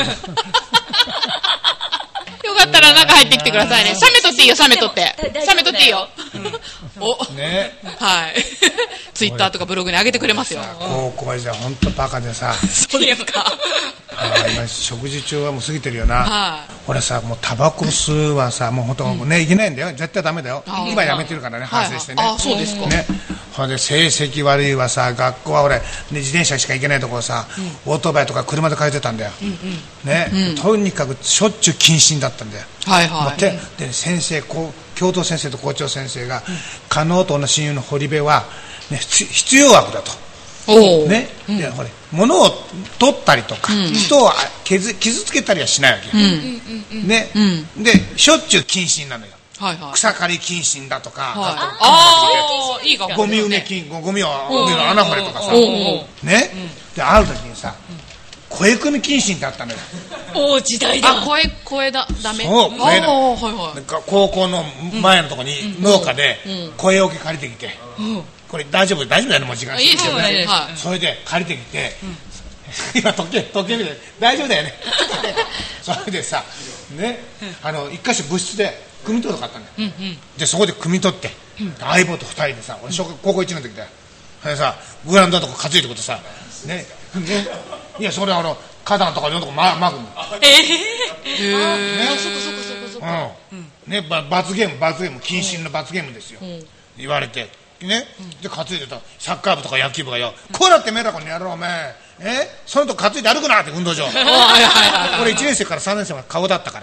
よかったら中入ってきてくださいね。写メ撮っていいよ、写メ撮って。写メ撮っていいよ。お、ね、はい。ツイッターとかブログに上げてくれますよ。 高校時代本当バカでさ。 そうですか。 今食事中はもう過ぎてるよな。はい。俺さ、もうタバコ吸うはさ、もう本当ね、いけないんだよ。絶対ダメだよ。今やめてるからね、反省してね。 あ、そうですか。 ね。ほんで成績悪いはさ、学校は俺、ね、自転車しか行けないところさ、うん、オートバイとか車で通ってたんだよ。うんうん、ね、うん、とにかくしょっちゅう謹慎だったんだよ。はいはい。で、で先生、こう教頭先生と校長先生が、うん、加納との親友の堀部は、ね、必要悪だと。ね、うん、でほれ物を取ったりとか、うん、人を傷つけたりはしないわけよ。うん、ね、うん、でしょっちゅう謹慎なのよ。はいはい、草刈り謹慎だとか、はい、 ああいいかも、 ゴミ埋め謹慎、ゴミを海の穴掘れとかさ、ね、である時にさ、声組み謹慎ってあったのよ。 おお時代だ。 あ、声声だダメ。 そう声だ。 はいはい。 高校の前のとこに農家で声桶借りてきて、これ大丈夫大丈夫だよね、もう時間。 いいですよね。 それで借りてきて、今時計時計見て大丈夫だよね。それでさ、ね、あの一箇所部室で組み取るとかあったんだよ。うんうん、でそこで組み取って、うん、相棒と二人でさ、俺小学高校一年の時だよ。それでさ、グラウンドとか担いでことさ、ね、ね、いやそれあの花壇とかいろんなとこままくんだ。ええー。ね、 そこそこそこそこ。 うん。ね、ば罰ゲーム罰ゲーム謹慎の罰ゲームですよ。うん、言われてね、で担いでたサッカー部とか野球部がよ、うん、こうなってめえらこにやろうお前。え、そのと担いで歩くなって運動場。俺いちねん生からさんねん生まで顔だったから。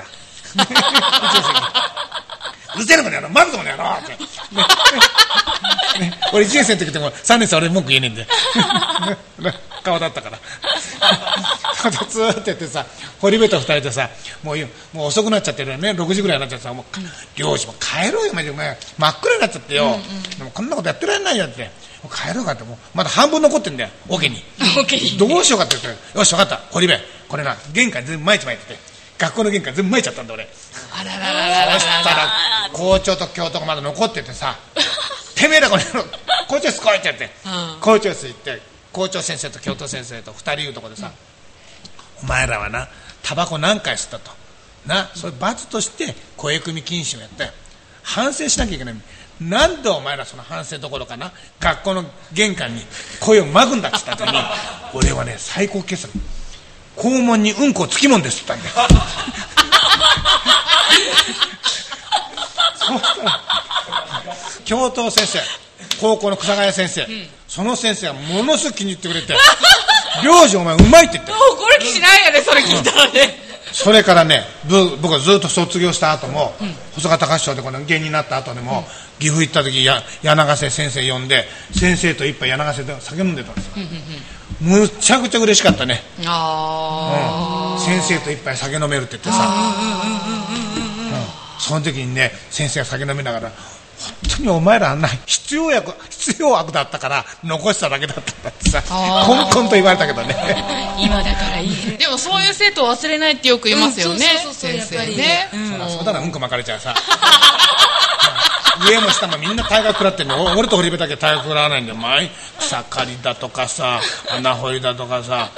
うるせえのかねやろ、まずのやろって、ね、俺いちねん生の時でもさんねん生俺文句言えねえんだよ。顔だったから。ずーっとやってさ、堀部とふたりでさ、もうもう遅くなっちゃってるよね、ろくじぐらいになっちゃってさ、もう漁師も帰ろうよ、お前真っ暗になっちゃってよ、うんうん、でもこんなことやってられないよって、もう帰ろうかって、もうまだ半分残ってんだよ、桶に。どうしようかって言って、よし分かった、堀部これな玄関全部毎日巻いてて、学校の玄関全部巻いちゃったんだ俺。あららららら。そしたら校長と教頭がまだ残っててさ、てめえらこれ校長室来いってやって、うん、校長室行って校長先生と教頭先生とふたりいうとこでさ、うん、お前らはなタバコ何回吸ったとな、それ罰として声組み禁止をやって反省しなきゃいけない。なんでお前らその反省どころかな、学校の玄関に声をまくんだっつった時に俺はね最高傑作、校門にうんこをつきもんですって言ったんだよ。そうしたら教頭先生、高校の草谷先生、うん、その先生はものすごく気に入ってくれて、領事お前うまいって言って。 もうこれ気しないよね、それ聞いたらね。 うん、それからね、僕はずっと卒業した後も、うん、細川隆史でこの芸人になった後でも、うん、岐阜行った時や柳ヶ瀬先生呼んで先生と一杯柳ヶ瀬で酒飲んでたんですよ。うんうんうん、 むちゃくちゃ嬉しかったね。 あ、 うん、先生と一杯酒飲めるって言ってさ、その時にね先生が酒飲みながら、本当にお前らあんな必要悪必要悪だったから残しただけだったんだってさ、コンコンと言われたけどね今だからいい。 でもそういう生徒を忘れないってよく言いますよね、 うん、そうそうそうそう先生ね、 うん、 そりゃそうだな、うんこ巻かれちゃうさ上も下もみんな大学食らってんの。俺と堀部だけ大学食らわないんだよ。前草刈りだとかさ、穴掘りだとかさ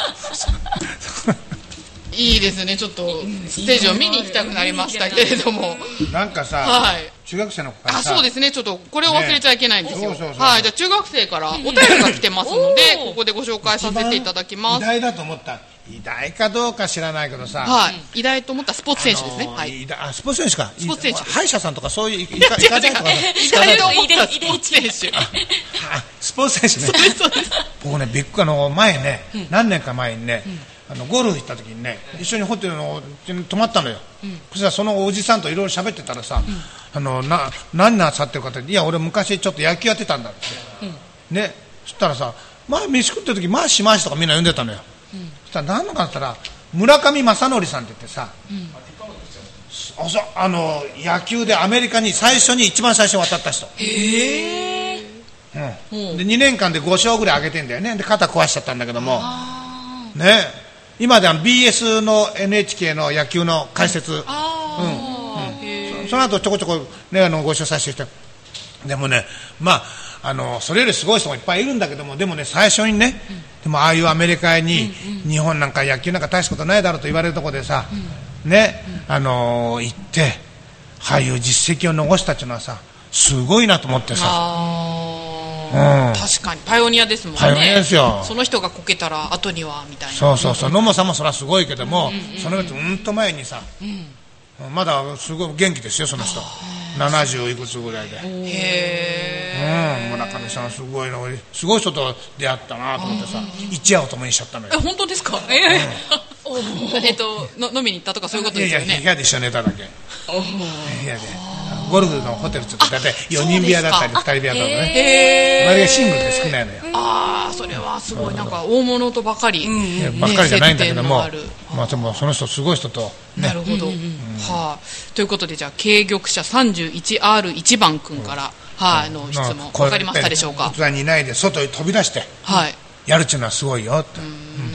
いいですね、ちょっとステージを見に行きたくなりましたけれども、 なんかさ、はい、中学生の子からさ、 あ、そうですね、ちょっとこれを忘れちゃいけないんですよ、 ね、そうそうそう、 はい、じゃあ中学生からお便りが来てますのでここでご紹介させていただきます。 偉大だと思った、偉大かどうか知らないけどさ、 はい、偉大と思ったスポーツ選手ですね、 あのーはい、 あ、スポーツ選手か、 スポーツ選手、 歯医者さんとかそういういいや違う違う、偉大と思ったスポーツ選手スポーツ選手ね、 そうですそうです。 僕ね、ビッグあの前ね、うん、何年か前にね、うん、あのゴルフ行った時にね、一緒にホテルの泊まったのよ、うん、そしたらそのおじさんといろいろ喋ってたらさ、うん、あのな何なさってるかって、いや俺昔ちょっと野球やってたんだって、うん、ね、そしたらさ、前飯食ってる時マーシマーシとかみんな呼んでたのよ、うん、そしたら何のかって言ったら村上正則さんって言ってさ、うん、あそあの野球でアメリカに最初に一番最初に渡った人、 へえ、 うん、でにねんかんでご勝ぐらい上げてんだよね。で肩壊しちゃったんだけどもね、今では ビーエス の エヌエイチケー の野球の解説、うんうん、そ, その後ちょこちょこ、ね、あのご一緒させて、でもね、まあ、あのそれよりすごい人もいっぱいいるんだけども、でもね、最初にね、うん、でもああいうアメリカに、うんうん、日本なんか野球なんか大したことないだろうと言われるところでさ、うん、ね、うん、あの行ってああいう実績を残したっていうのはさ、すごいなと思ってさ、 うん、確かにパイオニアですもんね。 パイオニアですよ。 その人がこけたら後にはみたいな。 そうそうそう、野茂さんもそれはすごいけども、うんうんうん、その人うんと前にさ、うん、まだすごい元気ですよ、その人。ななじゅういくつぐらいで。へー、うん、村上さんすごいの、すごい人と出会ったなと思ってさ、一夜を共にしちゃったのよ。 え、本当ですか？えー、うん、えっとの飲みに行ったとかそういうことですよね。 いやいや、部屋で一緒に寝ただけ。部屋でゴルフのホテルちょっと大体よにん部屋だったりふたり部屋だったりね。周りがシングルで少ないのよ。 ああ、それはすごい、なんか大物とばかり、 うん、ばっかりじゃないんだけども、まあでもその人すごい人と、 ね、なるほど、うんうん、はあ、ということで、じゃあ軽玉社 さんじゅういちアールいち 番君から、うん、はい、あの質問分かりましたでしょうか。 器にいないで外に飛び出して、はい、やるっていうのはすごいよって、うん、うん、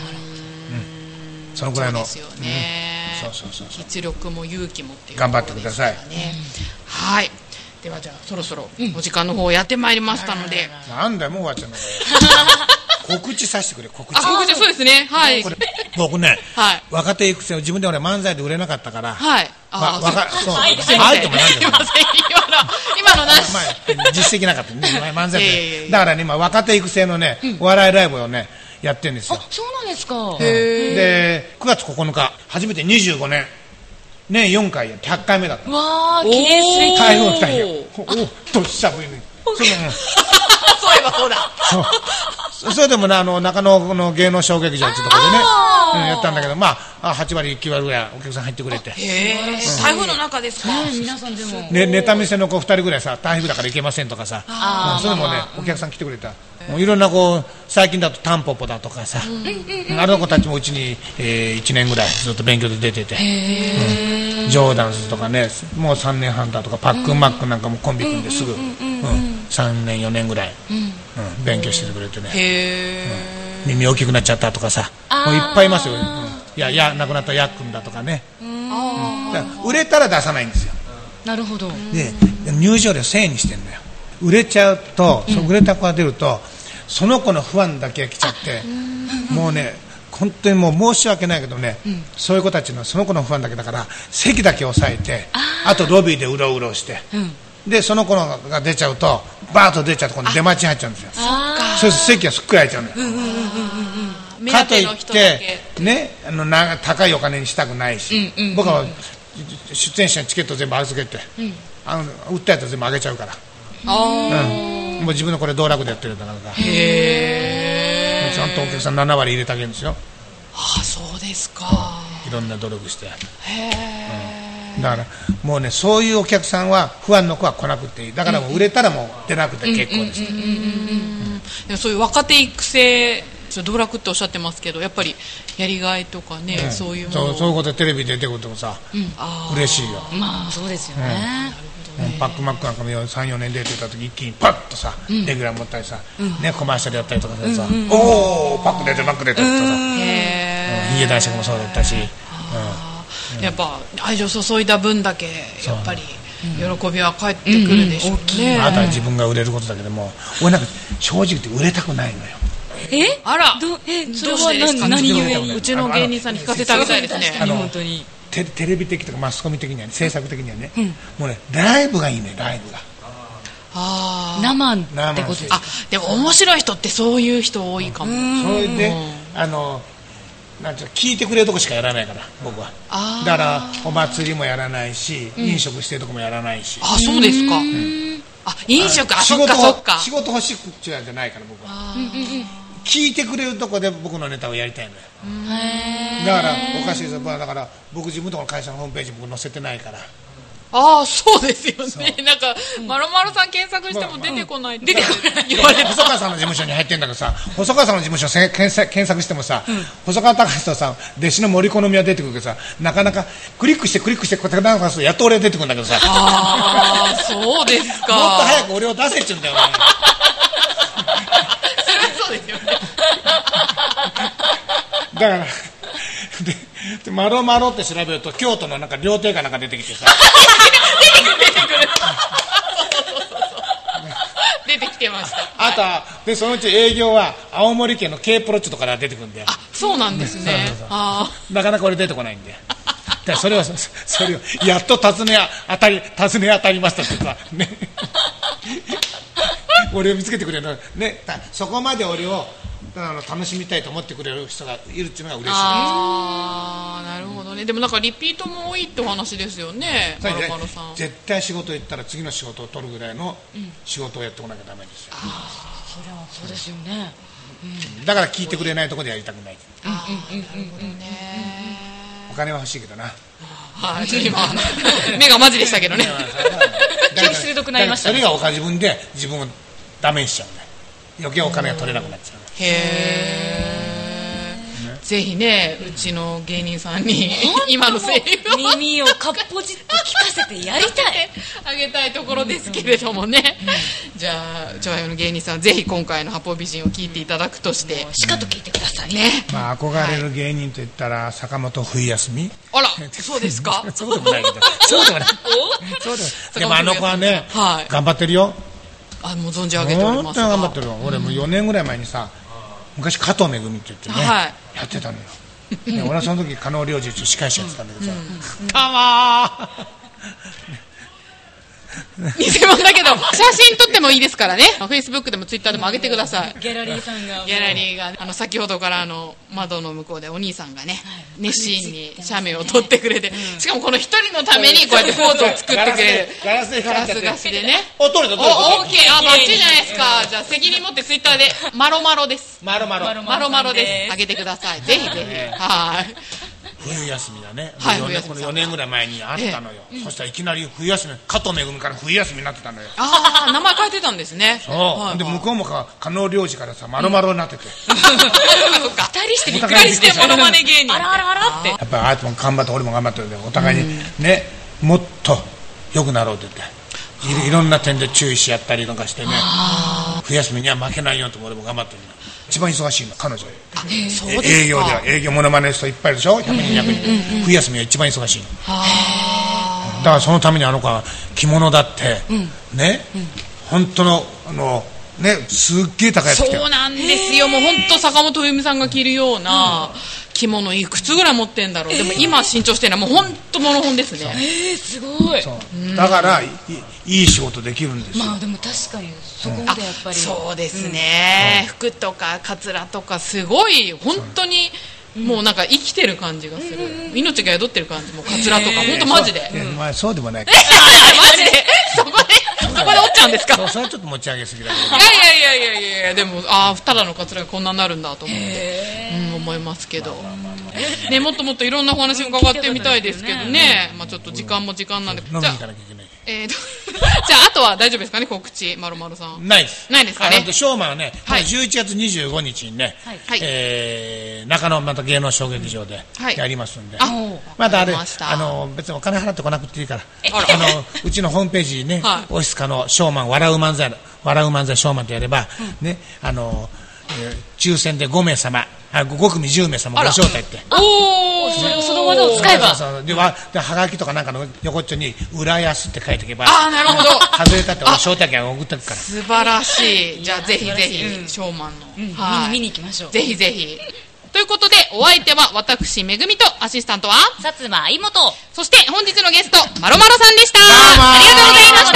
そのぐらいのそうですよね、 うん、そうそうそうそう、 実力も勇気もっていう、 頑張ってください、ね、 はい。ではじゃあそろそろお時間の方やってまいりましたので、 うん、なんだよもう終わっちゃうのかよ告知させてくれ、告知。 あ、告知、そうですね、はい。 これ僕ね、はい、若手育成を自分で俺漫才で売れなかったから、はい、あ、ま、わそう、はい、すいません、すいません、今の今のなし、 まあ、実績なかったね漫才でだからね、今若手育成のね、うん、お笑いライブをねやってるんですよ。 あ、そうなんですか。 へー。でくがつここのか初めてにじゅうごねん年よんかいやってひゃっかいめだった。 わー、記念すべき。 台風来たんよ。おお、どっしゃぶりに。 そういえばそうだ。 そう。それでもね、あの中野の芸能小劇場っていうところでね、うん、やったんだけど、まあはちわりきゅうわりぐらいお客さん入ってくれて。 へー、うん、台風の中ですか。 ね、皆さんでも。 ね、ネタ見せの子ふたりぐらいさ、台風だから行けませんとかさ、あ、それもね、お客さん来てくれた。もういろんなこう最近だとタンポポだとかさ、うん、あの子たちもうちに、えー、いちねんぐらいずっと勉強で出てて、うん、ジョーダンスとかね、もうさんねんはんだとかパックンマックなんかもコンビ組んですぐ、うん、さんねんよねんぐらい、うんうん、勉強しててくれてね、へー、うん、耳大きくなっちゃったとかさ、もういっぱいいますよ、うん、いやいや亡くなったヤックンだとかね、うん、だから売れたら出さないんですよ。 なるほど。 で入場料せんえんにしてんだよ。売れちゃうと、その売れた子が出ると、その子のファンだけ来ちゃって、もうね、本当にもう申し訳ないけどね、うん、そういう子たちのその子のファンだけだから席だけ押さえて、 あ, あとロビーでうろうろして、うん、でその子のが出ちゃうとバーッと出ちゃうとこの出待ちに入っちゃうんですよ。そうすると席がすっくり空いちゃうのよ、うんうんうんうん、かといってね、あのな高いお金にしたくないし、うんうんうん、僕は出演者にチケット全部預けて、うん、あの売ったやつ全部あげちゃうから、あ、うん、もう自分のこれ道楽でやってるんだから、へー、ちゃんとお客さんななわり入れてあげるんですよ。 あ、そうですか。 いろんな努力して、へー、うん、だからもうね、そういうお客さんは不安の子は来なくていい。だからもう売れたらもう出なくて結構です。 そういう若手育成それ道楽っておっしゃってますけど、やっぱりやりがいとかね、 うん、 そういうものそう、そういうことでテレビ出てくるとさ、うん、嬉しいよ。 まあそうですよね、 うん、パックマックなんかもさん、よねん出てた時一気にパッとさ、うん、レギュラー持ったりさ、うん、ね、コマーシャルやったりとかさ、うんうん、おーパック出てパック出てとかさ、ヒゲ男爵もそうだったし、 うん、やっぱ愛情注いだ分だけやっぱり喜びは返ってくるでしょうね。 あとは自分が売れることだけども、俺なんか正直言って売れたくないのよ。 えあら、 どえそれは何何故うちの芸人さんに聞かせてあげたいですね。 あの本当にテ, テレビ的とかマスコミ的には、ね、制作的にはね、うん、もうねライブがいいね、ライブが。 あ生ってことですか。 あでも面白い人ってそういう人多いかも。 それであのなんていうか聞いてくれるとこしかやらないから僕は。だからお祭りもやらないし、うん、飲食してるとこもやらないし。 あそうですか。うん、あ飲食あそっかそっか。 仕事欲しくちゅうじゃないから僕は。聞いてくれるとこで僕のネタをやりたいのよ。だからおかしいですよ。だから僕自分とこの会社のホームページ僕載せてないから。 ああそうですよね。なんかまるまるさん検索しても出てこない、出てこない言われて、 細川さんの事務所に入ってんだけどさ、細川さんの事務所検索検索してもさ、うん、細川隆人さん弟子の森好みは出てくるけどさ、なかなかクリックしてクリックしてこうなんかするとやっと俺出てくるんだけどさ。 ああそうですか。もっと早く俺を出せっちゅうんだよ。 そうですよね。 だからででマロマロって調べると京都のなんか料亭かなんか出てきてさ。 出てくる出てくる。出てきてました。 あとはでそのうち営業は青森県の K プロッチとかから出てくるんで。 あそうなんですね。そうそうそうあなかなか俺出てこないんで。だそれをそれをやっと尋ね当たり尋ね当たりましたってさね。俺を見つけてくれるのね。そこまで俺をあの楽しみたいと思ってくれる人がいるっていうのが嬉しい。 ああなるほどね。でもなんかリピートも多いってお話ですよね。マロマロさん絶対仕事行ったら次の仕事を取るぐらいの仕事をやってこなきゃダメですよ。 うん、ああそれはそうですよね、 うん、だから聞いてくれないところでやりたくない。 ああなるほどね。 お金は欲しいけどな。 はい、今目がマジでしたけどね。 急に鋭くなりましたね。 それがお金自分で自分をダメにしちゃうね。余計お金が取れなくなっちゃう。 へえ、ね、ぜひねうちの芸人さんに今のセリフを耳をかっぽじって聞かせてやりたいあげたいところですけれどもね、うん、じゃあチョアヘヨの芸人さんぜひ今回の八方美人を聞いていただくとしてしかと聞いてくださいね。 まあ、憧れる芸人といったら坂本冬休み。 あらそうですか。 そうでもないけどそうでもないそうでもないでもあの子はね、はい、頑張ってるよ。 あもう存じ上げておりますが頑張ってるよ。俺もよねんぐらい前にさ昔加藤めぐみって言ってね、はい、やってたのよ。ね、俺はその時加納良次司会者やってたんだけどさ、うんうん、かわ偽物だけど写真撮ってもいいですからね。フェイスブックでもツイッターでも上げてください。 ギャラリーさんがギャラリーがあの先ほどからあの窓の向こうでお兄さんがね、はい、熱心に写メを撮ってくれて、うん、しかもこの一人のためにこうやってポーズを作ってくれるガラスガラス越しでね。 お撮れた撮れた。 オーケーあバッチリじゃないですか。じゃあ責任持ってツイッターでマロマロです。 マロマロマロマロです。上げてください。ぜひぜひ。はい。 冬休みだね、 はい、 このよねんぐらい前にあったのよ、ええ、そしたらいきなり冬休み加藤めぐみから冬休みになってたのよ。 ああ名前変えてたんですね。 そう、はい、で向こうも加納良次からさマロマロになってて、 うん、二人してびっくりしてモノマネ芸人あらあらあらってやっぱりあいつも頑張って俺も頑張ってるんでお互いにね、うん、もっと良くなろうって言って い, いろんな点で注意し合ったりとかしてね、冬休みには負けないよと俺も頑張ってるの。一番忙しいの彼女。営業では営業モノマネ人いっぱいいるでしょ。ひゃくにんひゃくにん冬休みは一番忙しいの。だからそのためにあの子は着物だって、うん、ね、うん、本当のあのねすっげえ高いやつ着てる。 そうなんですよ。もう本当坂本冬美さんが着るような着物いくつぐらい持ってんだろう。でも今新調してるのはもう本当モノ本ですね。 えー、すごい。 そうだからいいい仕事できるんですよ。 まあでも確かにそこまでやっぱり、 うん、そうですね、うん、服とかカツラとかすごい本当にもうなんか生きてる感じがする、うん、命が宿ってる感じもカツラとか本当マジで、 うん、まあ、そうでもないマジでそこでそこで折っちゃうんですか。 そうそれはちょっと持ち上げすぎだけど。 いやいやいやいやいやでもああただのカツラがこんなになるんだと思って、うん、思いますけど、まあまあまあまあね、もっともっといろんなお話を伺ってみたいですけどね、まあ、ちょっと時間も時間なんで、 飲みに行かなきゃいけない。 えーと、じゃあ、あとは大丈夫ですかね、告知、まるまるさん。 ないです。 ないですかね。 ショーマンはね、 はい、 じゅういちがつにじゅうごにちにね、はい、えー、中野また芸能小劇場でやりますんで、はい、またあれ、あの、別にお金払ってこなくていいから、あの、うちのホームページにね、はい、オフィスカのショーマン、笑う漫才、笑う漫才ショーマンとやれば、うん、ね、あの、えー、抽選でごめいさま、ご組じゅうめいさまご招待って。 おー、その技を使えば。 そうそうで、はがきとかなんかの横っちょに浦安って書いておけば、 あー、なるほど。 外れたって俺招待券送ってくから。 素晴らしい。じゃあぜひぜひ、うん、ショーマンの、 うん、はい、見に行きましょう。 ぜひぜひ。ということで、お相手は私、めぐみと、アシスタントは、 薩摩妹本。 そして本日のゲスト、まろまろさんでした。 どうもありがとうございました。